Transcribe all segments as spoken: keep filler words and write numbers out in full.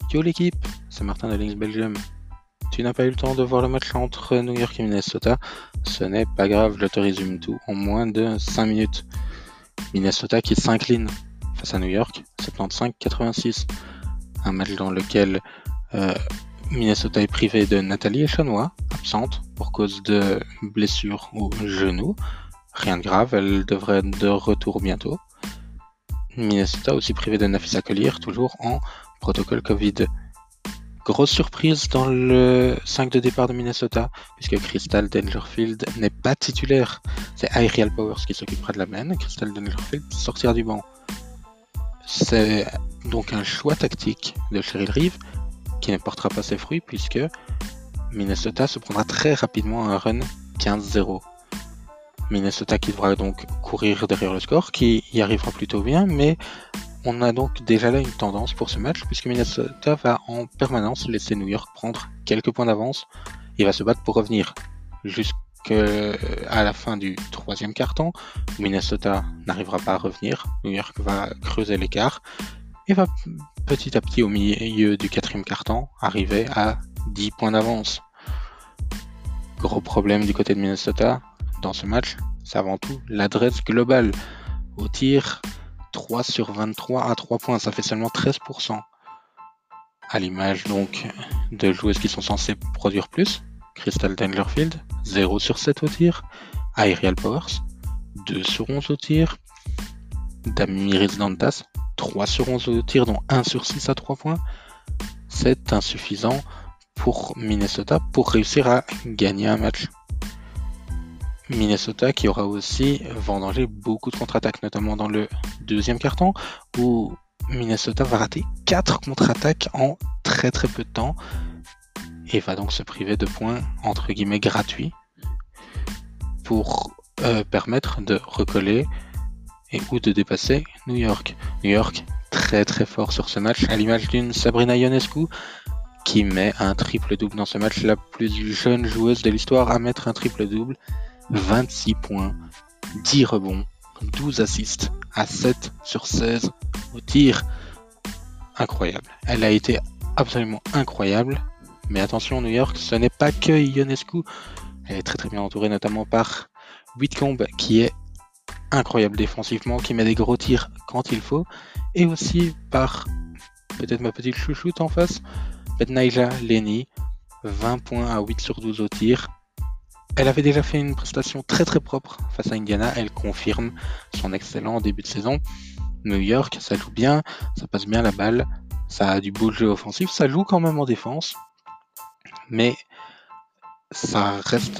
Yo l'équipe, c'est Martin de Lynx Belgium. Tu n'as pas eu le temps de voir le match entre New York et Minnesota? Ce n'est pas grave, je te résume tout en moins de cinq minutes. Minnesota qui s'incline face à New York, soixante-quinze à quatre-vingt-six. Un match dans lequel euh, Minnesota est privé de Nathalie Echanois, absente pour cause de blessure au genou. Rien de grave, elle devrait être de retour bientôt. Minnesota aussi privé de Nafisa Collier, toujours en protocole Covid. Grosse surprise dans le cinq de départ de Minnesota, puisque Crystal Dangerfield n'est pas titulaire. C'est Aerial Powers qui s'occupera de la main. Crystal Dangerfield sortira du banc. C'est donc un choix tactique de Cheryl Reeve qui ne portera pas ses fruits, puisque Minnesota se prendra très rapidement un run quinze zéro. Minnesota qui devra donc courir derrière le score, qui y arrivera plutôt bien, mais on a donc déjà là une tendance pour ce match, puisque Minnesota va en permanence laisser New York prendre quelques points d'avance et va se battre pour revenir jusqu'à la fin du troisième quart-temps, où Minnesota n'arrivera pas à revenir. New York va creuser l'écart et va petit à petit au milieu du quatrième quart-temps arriver à dix points d'avance. Gros problème du côté de Minnesota dans ce match, c'est avant tout l'adresse globale. Au tir, trois sur vingt-trois à trois points, ça fait seulement treize pour cent. À l'image donc de joueuses qui sont censées produire plus, Crystal Dangerfield, zéro sur sept au tir, Aerial Powers, deux sur onze au tir, Damiris Dantas, trois sur onze au tir, dont un sur six à trois points. C'est insuffisant pour Minnesota pour réussir à gagner un match. Minnesota qui aura aussi vendangé beaucoup de contre-attaques, notamment dans le deuxième quart-temps, où Minnesota va rater quatre contre-attaques en très très peu de temps et va donc se priver de points entre guillemets gratuits pour euh, permettre de recoller et ou de dépasser New York. New York très très fort sur ce match, à l'image d'une Sabrina Ionescu qui met un triple-double dans ce match, la plus jeune joueuse de l'histoire à mettre un triple-double. vingt-six points, dix rebonds, douze assists à sept sur seize au tir. Incroyable. Elle a été absolument incroyable. Mais attention, New York, ce n'est pas que Ionescu. Elle est très très bien entourée, notamment par Whitcomb, qui est incroyable défensivement, qui met des gros tirs quand il faut. Et aussi par, peut-être ma petite chouchoute en face, Betnaija Lenny, vingt points à huit sur douze au tir. Elle avait déjà fait une prestation très très propre face à Indiana, elle confirme son excellent début de saison. New York, ça joue bien, ça passe bien la balle, ça a du beau jeu offensif, ça joue quand même en défense, mais ça reste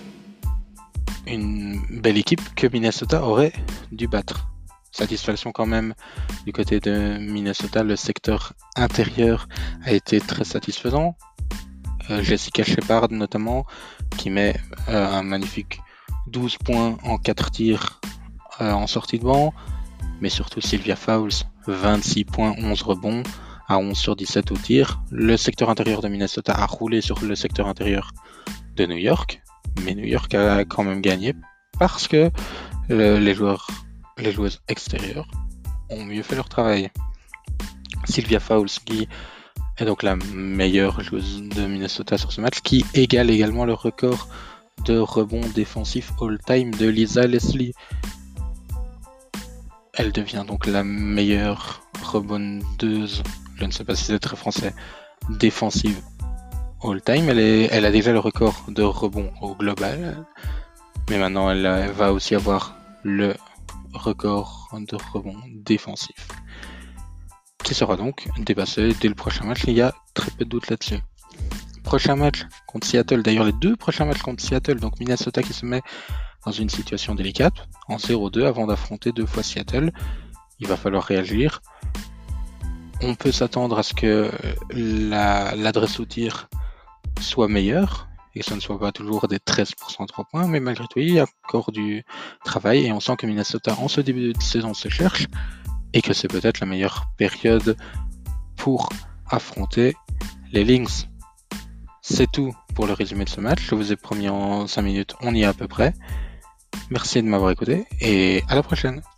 une belle équipe que Minnesota aurait dû battre. Satisfaction quand même du côté de Minnesota, le secteur intérieur a été très satisfaisant. Euh, Jessica Shepard notamment, qui met euh, un magnifique douze points en quatre tirs euh, en sortie de banc, mais surtout Sylvia Fowles, vingt-six points, onze rebonds à onze sur dix-sept au tir. Le secteur intérieur de Minnesota a roulé sur le secteur intérieur de New York, mais New York a quand même gagné parce que euh, les joueurs, les joueuses extérieures ont mieux fait leur travail. Sylvia Fowles qui est donc la meilleure joueuse de Minnesota sur ce match, qui égale également le record de rebond défensif all-time de Lisa Leslie. Elle devient donc la meilleure rebondeuse, je ne sais pas si c'est très français, défensive all-time. Elle, est, elle a déjà le record de rebond au global, mais maintenant elle, elle va aussi avoir le record de rebond défensif, qui sera donc dépassé dès le prochain match. Il y a très peu de doute là-dessus. Prochain match contre Seattle, d'ailleurs les deux prochains matchs contre Seattle, donc Minnesota qui se met dans une situation délicate, en zéro deux avant d'affronter deux fois Seattle. Il va falloir réagir. On peut s'attendre à ce que la, l'adresse au tir soit meilleure, et que ce ne soit pas toujours des treize pour cent à trois points, mais malgré tout il y a encore du travail, et on sent que Minnesota en ce début de saison se cherche, et que c'est peut-être la meilleure période pour affronter les Lynx. C'est tout pour le résumé de ce match. Je vous ai promis en cinq minutes, on y est à peu près. Merci de m'avoir écouté et à la prochaine.